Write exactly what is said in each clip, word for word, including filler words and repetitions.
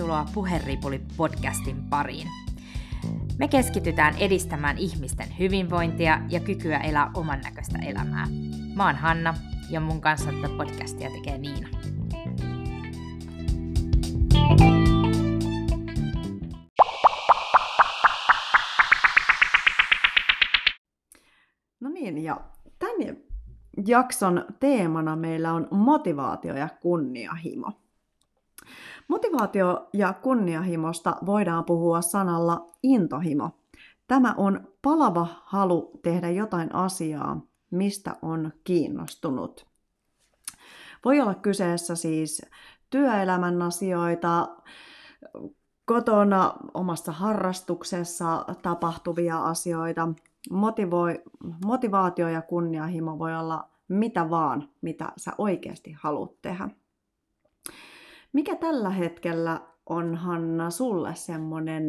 tervetuloa Puheripuli-podcastin pariin. Me keskitytään edistämään ihmisten hyvinvointia ja kykyä elää oman näköistä elämää. Mä oon Hanna ja mun kanssa tätä podcastia tekee Niina. No niin, ja tämän jakson teemana meillä on motivaatio ja kunnianhimo. Motivaatio ja kunnianhimosta voidaan puhua sanalla intohimo. Tämä on palava halu tehdä jotain asiaa, mistä on kiinnostunut. Voi olla kyseessä siis työelämän asioita, kotona omassa harrastuksessa tapahtuvia asioita. Motivoi, motivaatio ja kunnianhimo voi olla mitä vaan, mitä sä oikeasti haluat tehdä. Mikä tällä hetkellä on, Hanna, sulle semmoinen,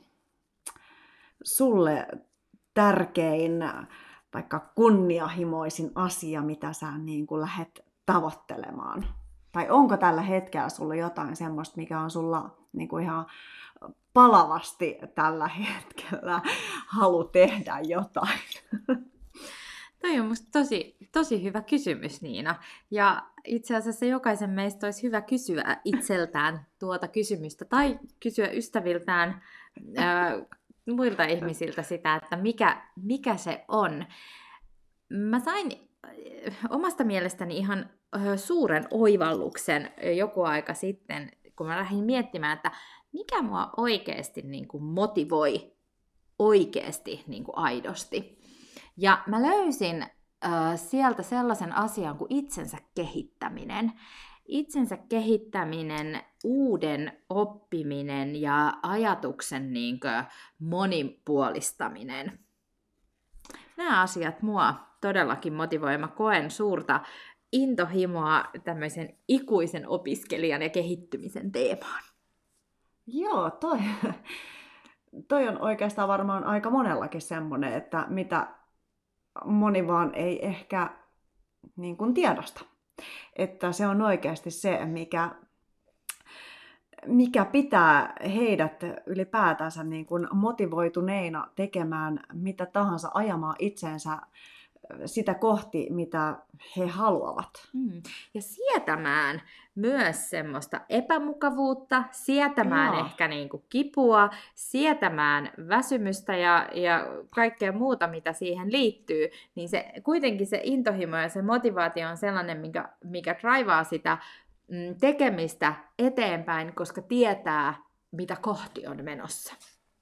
sulle tärkein, vaikka kunnianhimoisin asia, mitä sä niin kuin lähdet tavoittelemaan? Tai onko tällä hetkellä sulla jotain semmoista, mikä on sulla niin kuin ihan palavasti tällä hetkellä halu tehdä jotain? Toi on musta tosi, tosi hyvä kysymys, Niina. Ja itse asiassa jokaisen meistä olisi hyvä kysyä itseltään tuota kysymystä tai kysyä ystäviltään ää, muilta ihmisiltä sitä, että mikä, mikä se on. Mä sain omasta mielestäni ihan suuren oivalluksen joku aika sitten, kun mä lähdin miettimään, että mikä mua oikeasti niin kuin motivoi oikeasti niin kuin aidosti. Ja mä löysin äh, sieltä sellaisen asian kuin itsensä kehittäminen. Itsensä kehittäminen, uuden oppiminen ja ajatuksen niin kuin monipuolistaminen. Nämä asiat mua todellakin motivoi. Mä koen suurta intohimoa tämmöisen ikuisen opiskelijan ja kehittymisen teemaan. Joo, toi, toi on oikeastaan varmaan aika monellakin semmoinen, että mitä moni vaan ei ehkä niin kuin tiedosta. Että se on oikeasti se, mikä, mikä pitää heidät ylipäätänsä niin kuin motivoituneina tekemään mitä tahansa, ajamaan itsensä sitä kohti, mitä he haluavat. Mm. Ja sietämään myös semmoista epämukavuutta, sietämään Joo. ehkä niinku kipua, sietämään väsymystä ja, ja kaikkea muuta, mitä siihen liittyy, niin se, kuitenkin se intohimo ja se motivaatio on sellainen, mikä, mikä draivaa sitä mm, tekemistä eteenpäin, koska tietää, mitä kohti on menossa.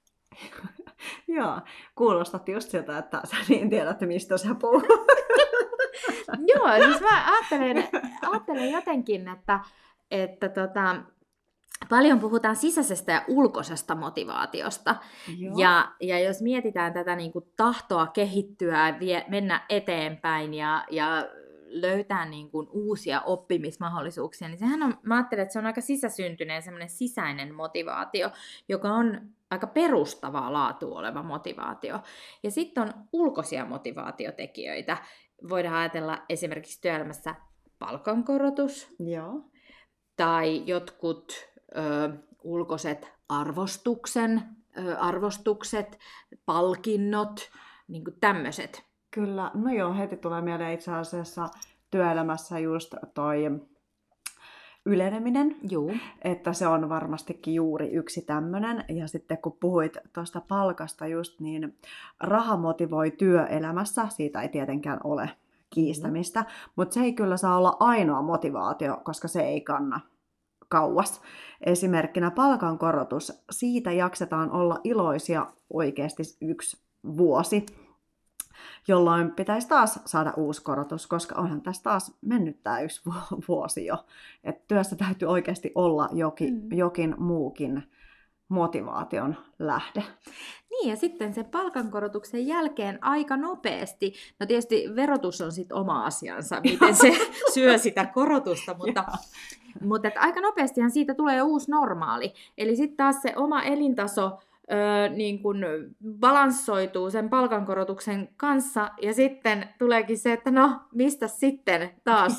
Joo, kuulostat just siltä, että sä niin tiedät, mistä sä puhut. Joo, siis mä ajattelen, ajattelen jotenkin, että, että tota, paljon puhutaan sisäisestä ja ulkoisesta motivaatiosta. Ja, ja jos mietitään tätä niin kuin tahtoa kehittyä, vie, mennä eteenpäin ja, ja löytää niin kuin uusia oppimismahdollisuuksia, niin sehän on, mä ajattelen, että se on aika sisäsyntyinen semmoinen sisäinen motivaatio, joka on aika perustavaa laatua oleva motivaatio. Ja sitten on ulkoisia motivaatiotekijöitä. Voidaan ajatella esimerkiksi työelämässä palkankorotus. Joo. Tai jotkut ö, ulkoiset arvostuksen, ö, arvostukset, palkinnot, niin kuin tämmöiset. Kyllä, no joo, heti tulee mieleen itse asiassa työelämässä just toi yleneminen, Juu. että se on varmastikin juuri yksi tämmöinen. Ja sitten kun puhuit tuosta palkasta just, niin raha motivoi työelämässä, siitä ei tietenkään ole kiistämistä, mm-hmm. mutta se ei kyllä saa olla ainoa motivaatio, koska se ei kanna kauas. Esimerkkinä palkankorotus, siitä jaksetaan olla iloisia oikeasti yksi vuosi, jolloin pitäisi taas saada uusi korotus, koska onhan tässä taas mennyt tämä yksi vuosi jo. Että työssä täytyy oikeasti olla jokin, mm. jokin muukin motivaation lähde. Niin, ja sitten sen palkankorotuksen jälkeen aika nopeasti, no tietysti verotus on sitten oma asiansa, miten se syö sitä korotusta, mutta, mutta että aika nopeastihan siitä tulee jo uusi normaali. Eli sitten taas se oma elintaso Öö, niin kun balanssoituu sen palkankorotuksen kanssa, ja sitten tuleekin se, että no, mistä sitten taas,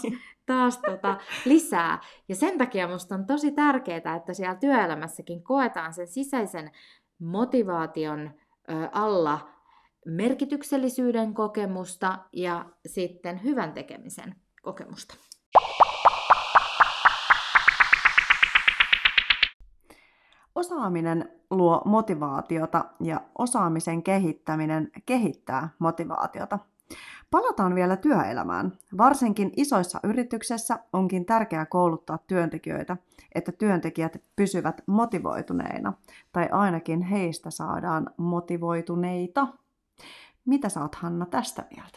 taas tota, lisää. Ja sen takia musta on tosi tärkeää, että siellä työelämässäkin koetaan sen sisäisen motivaation ö, alla merkityksellisyyden kokemusta ja sitten hyvän tekemisen kokemusta. Osaaminen luo motivaatiota ja osaamisen kehittäminen kehittää motivaatiota. Palataan vielä työelämään. Varsinkin isoissa yrityksissä onkin tärkeää kouluttaa työntekijöitä, että työntekijät pysyvät motivoituneina, tai ainakin heistä saadaan motivoituneita. Mitä sä oot, Hanna, tästä mieltä?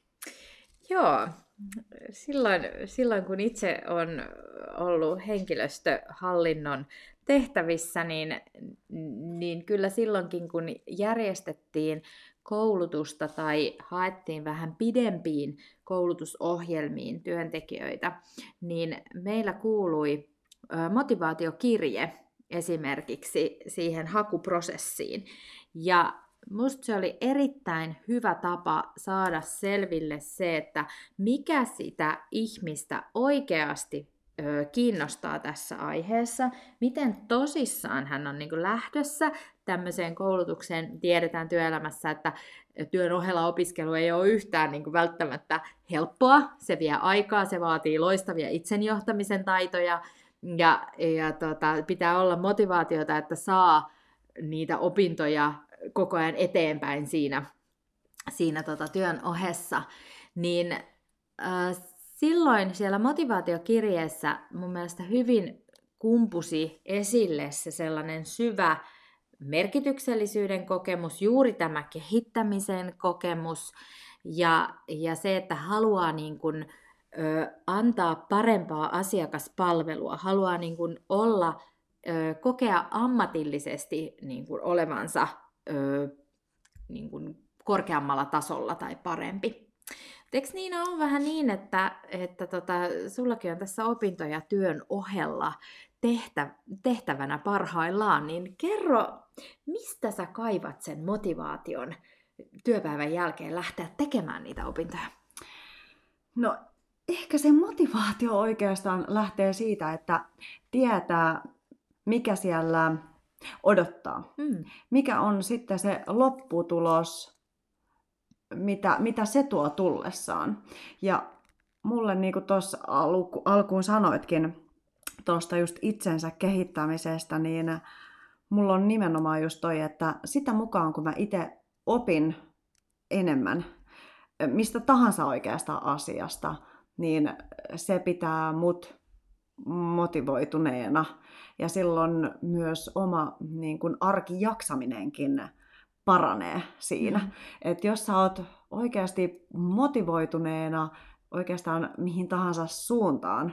Joo, silloin, silloin kun itse on ollut henkilöstöhallinnon tehtävissä, niin, niin kyllä silloinkin kun järjestettiin koulutusta tai haettiin vähän pidempiin koulutusohjelmiin työntekijöitä, niin meillä kuului motivaatiokirje esimerkiksi siihen hakuprosessiin. Ja musta se oli erittäin hyvä tapa saada selville se, että mikä sitä ihmistä oikeasti ö, kiinnostaa tässä aiheessa, miten tosissaan hän on niin kuin lähdössä tämmöiseen koulutukseen. Tiedetään työelämässä, että työn ohella opiskelu ei ole yhtään niin kuin välttämättä helppoa, se vie aikaa, se vaatii loistavia itsenjohtamisen taitoja ja, ja tota, pitää olla motivaatiota, että saa niitä opintoja koko ajan eteenpäin siinä, siinä tota työn ohessa, niin äh, silloin siellä motivaatiokirjeessä mun mielestä hyvin kumpusi esille se sellainen syvä merkityksellisyyden kokemus, juuri tämä kehittämisen kokemus ja, ja se, että haluaa niin kuin, ö, antaa parempaa asiakaspalvelua, haluaa niin kuin olla, ö, kokea ammatillisesti niin kuin olevansa Öö, niin kuin korkeammalla tasolla tai parempi. Eikö Niina on vähän niin, että, että tota, sullakin on tässä opintoja työn ohella tehtä, tehtävänä parhaillaan, niin kerro, mistä sä kaivat sen motivaation työpäivän jälkeen lähteä tekemään niitä opintoja? No ehkä se motivaatio oikeastaan lähtee siitä, että tietää, mikä siellä odottaa. Mm. Mikä on sitten se lopputulos, mitä, mitä se tuo tullessaan. Ja mulle niin kuin tuossa alku, alkuun sanoitkin tuosta just itsensä kehittämisestä, niin mulla on nimenomaan just toi, että sitä mukaan kun mä itse opin enemmän mistä tahansa oikeasta asiasta, niin se pitää mut motivoituneena. Ja silloin myös oma niin kuin arkijaksaminenkin paranee siinä. Mm. Että jos sä oot oikeasti motivoituneena oikeastaan mihin tahansa suuntaan,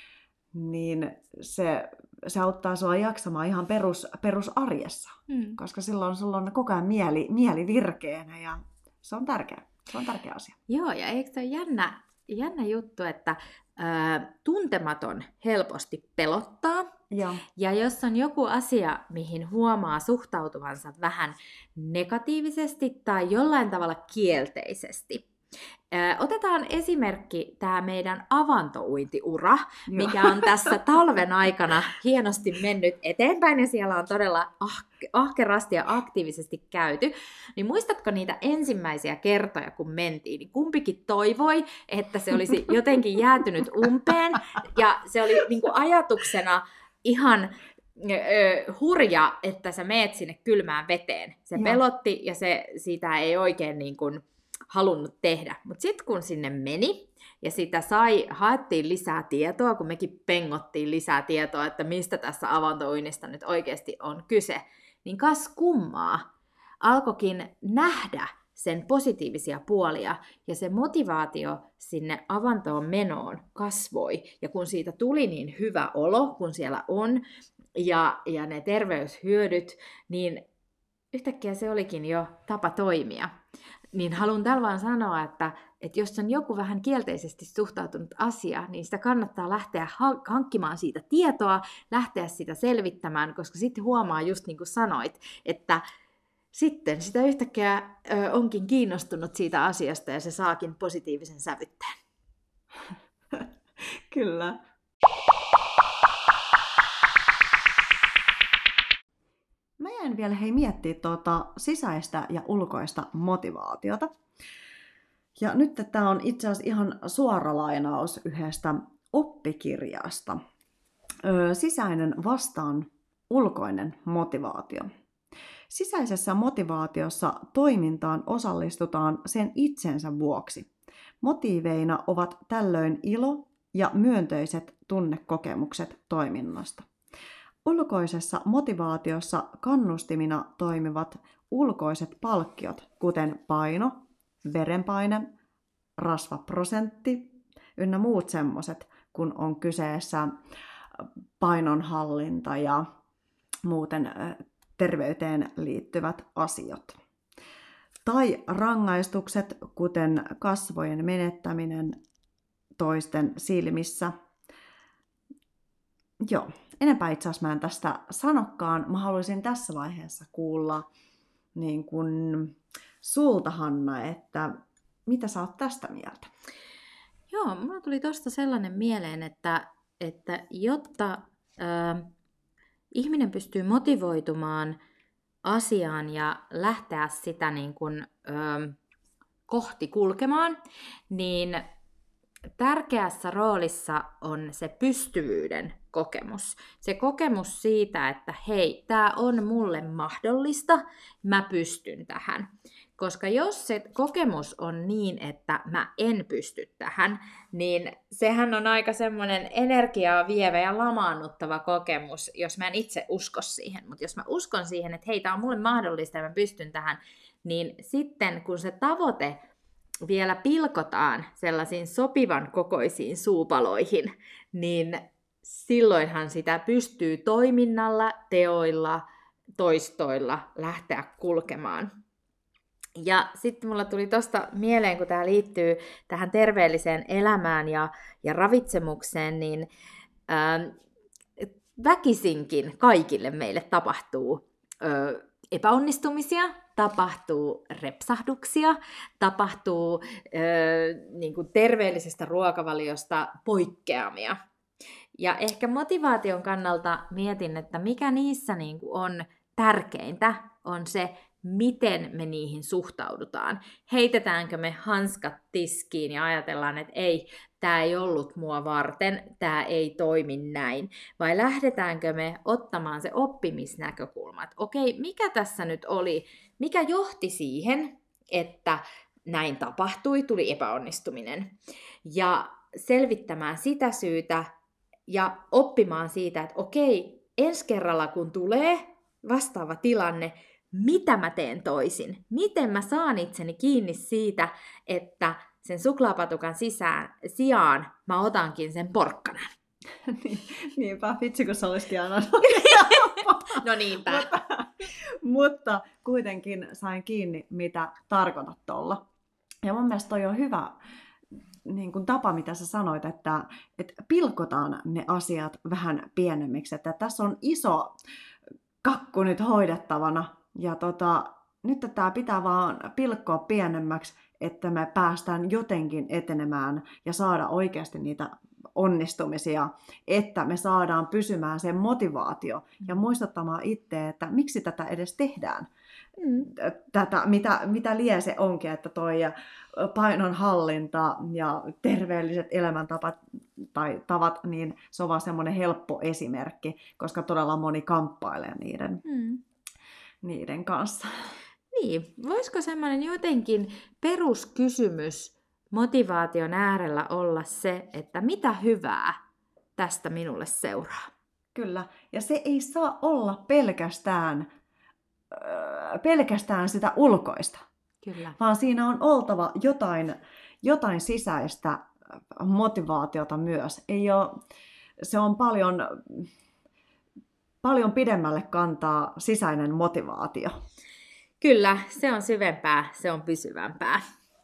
niin se, se auttaa sua jaksamaan ihan perus, perusarjessa. Mm. Koska silloin sulla on koko ajan mieli, mieli virkeänä ja se on tärkeä. Se on tärkeä asia. Joo, ja eikö se ole jännä, jännä juttu, että ää, tuntematon helposti pelottaa. Joo. Ja jos on joku asia, mihin huomaa suhtautuvansa vähän negatiivisesti tai jollain tavalla kielteisesti. Ö, otetaan esimerkki tämä meidän avantouintiura, Joo. mikä on tässä talven aikana hienosti mennyt eteenpäin ja siellä on todella ah- ahkerasti ja aktiivisesti käyty. Niin muistatko niitä ensimmäisiä kertoja, kun mentiin, niin kumpikin toivoi, että se olisi jotenkin jäätynyt umpeen ja se oli niin kuin ajatuksena ihan ö, hurja, että sä meet sinne kylmään veteen. Se Joo. pelotti ja se, sitä ei oikein niin kuin halunnut tehdä. Mutta sitten kun sinne meni ja sitä sai, haettiin lisää tietoa, kun mekin pengottiin lisää tietoa, että mistä tässä avantouinnista nyt oikeasti on kyse, niin kas kummaa, alkoikin nähdä sen positiivisia puolia ja se motivaatio sinne avantoon menoon kasvoi. Ja kun siitä tuli niin hyvä olo, kun siellä on, ja, ja ne terveyshyödyt, niin yhtäkkiä se olikin jo tapa toimia. Niin haluan tällä vaan sanoa, että, että jos on joku vähän kielteisesti suhtautunut asia, niin sitä kannattaa lähteä hankkimaan siitä tietoa, lähteä sitä selvittämään, koska sitten huomaa just niin kuin sanoit, että sitten sitä yhtäkkiä ö, onkin kiinnostunut siitä asiasta ja se saakin positiivisen sävytteen. Kyllä. Mä jäin vielä hei miettiä tuota sisäistä ja ulkoista motivaatiota. Ja nyt tämä on itse asiassa ihan suora lainaus yhdestä oppikirjasta. Öö, sisäinen vastaan ulkoinen motivaatio. Sisäisessä motivaatiossa toimintaan osallistutaan sen itsensä vuoksi. Motiiveina ovat tällöin ilo ja myönteiset tunnekokemukset toiminnasta. Ulkoisessa motivaatiossa kannustimina toimivat ulkoiset palkkiot, kuten paino, verenpaine, rasvaprosentti ynnä muut semmoiset, kun on kyseessä painonhallinta ja muuten terveyteen liittyvät asiat. Tai rangaistukset, kuten kasvojen menettäminen toisten silmissä. Joo, enempää itse asiassa mä en tästä sanokaan. Mä haluaisin tässä vaiheessa kuulla niin kun sulta, Hanna, että mitä sä oot tästä mieltä? Joo, mulla tuli tosta sellainen mieleen, että, että jotta äh, ihminen pystyy motivoitumaan asiaan ja lähteä sitä niin kuin, äh, kohti kulkemaan, niin tärkeässä roolissa on se pystyvyyden kokemus. Se kokemus siitä, että hei, tämä on mulle mahdollista, mä pystyn tähän. Koska jos se kokemus on niin, että mä en pysty tähän, niin sehän on aika semmoinen energiaa vievä ja lamaannuttava kokemus, jos mä en itse usko siihen. Mutta jos mä uskon siihen, että hei, tämä on mulle mahdollista ja mä pystyn tähän, niin sitten kun se tavoite vielä pilkotaan sellaisiin sopivan kokoisiin suupaloihin, niin silloinhan sitä pystyy toiminnalla, teoilla, toistoilla lähteä kulkemaan. Ja sitten mulla tuli tosta mieleen, kun tämä liittyy tähän terveelliseen elämään ja, ja ravitsemukseen, niin ää, väkisinkin kaikille meille tapahtuu ö, epäonnistumisia, tapahtuu repsahduksia, tapahtuu ö, niin kuin terveellisestä ruokavaliosta poikkeamia. Ja ehkä motivaation kannalta mietin, että mikä niissä niin kuin on tärkeintä, on se, miten me niihin suhtaudutaan. Heitetäänkö me hanskat tiskiin ja ajatellaan, että ei, tämä ei ollut mua varten, tämä ei toimi näin. Vai lähdetäänkö me ottamaan se oppimisnäkökulma, että okei, mikä tässä nyt oli, mikä johti siihen, että näin tapahtui, tuli epäonnistuminen. Ja selvittämään sitä syytä ja oppimaan siitä, että okei, ensi kerralla kun tulee vastaava tilanne, mitä mä teen toisin? Miten mä saan itseni kiinni siitä, että sen suklaapatukan sisään, sijaan mä otankin sen porkkanan? Niinpä, vitsi kun se olisikin aina. No niinpä. mutta, mutta kuitenkin sain kiinni, mitä tarkoitat tuolla. Ja mun mielestä toi on hyvä niin kuin tapa, mitä sä sanoit, että, että pilkotaan ne asiat vähän pienemmiksi. Että tässä on iso kakku nyt hoidettavana. Ja tota, nyt tämä pitää vaan pilkkoa pienemmäksi, että me päästään jotenkin etenemään ja saada oikeasti niitä onnistumisia, että me saadaan pysymään se motivaatio ja muistuttamaan itse, että miksi tätä edes tehdään. Mm. Tätä, mitä, mitä lie se onkin, että toi painonhallinta ja terveelliset elämäntavat tai tavat, niin se on vaan semmoinen helppo esimerkki, koska todella moni kamppailee niiden. Mm. niiden kanssa. Niin, voisiko semmoinen jotenkin peruskysymys motivaation äärellä olla se, että mitä hyvää tästä minulle seuraa? Kyllä, ja se ei saa olla pelkästään, äh, pelkästään sitä ulkoista. Kyllä. Vaan siinä on oltava jotain, jotain sisäistä motivaatiota myös. Ei ole, se on paljon... Paljon pidemmälle kantaa sisäinen motivaatio. Kyllä, se on syvempää, se on pysyvämpää.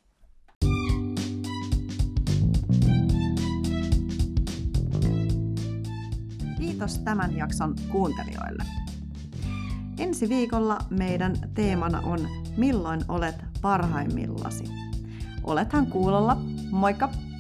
Kiitos tämän jakson kuuntelijoille. Ensi viikolla meidän teemana on milloin olet parhaimmillasi. Olethan kuulolla. Moikka!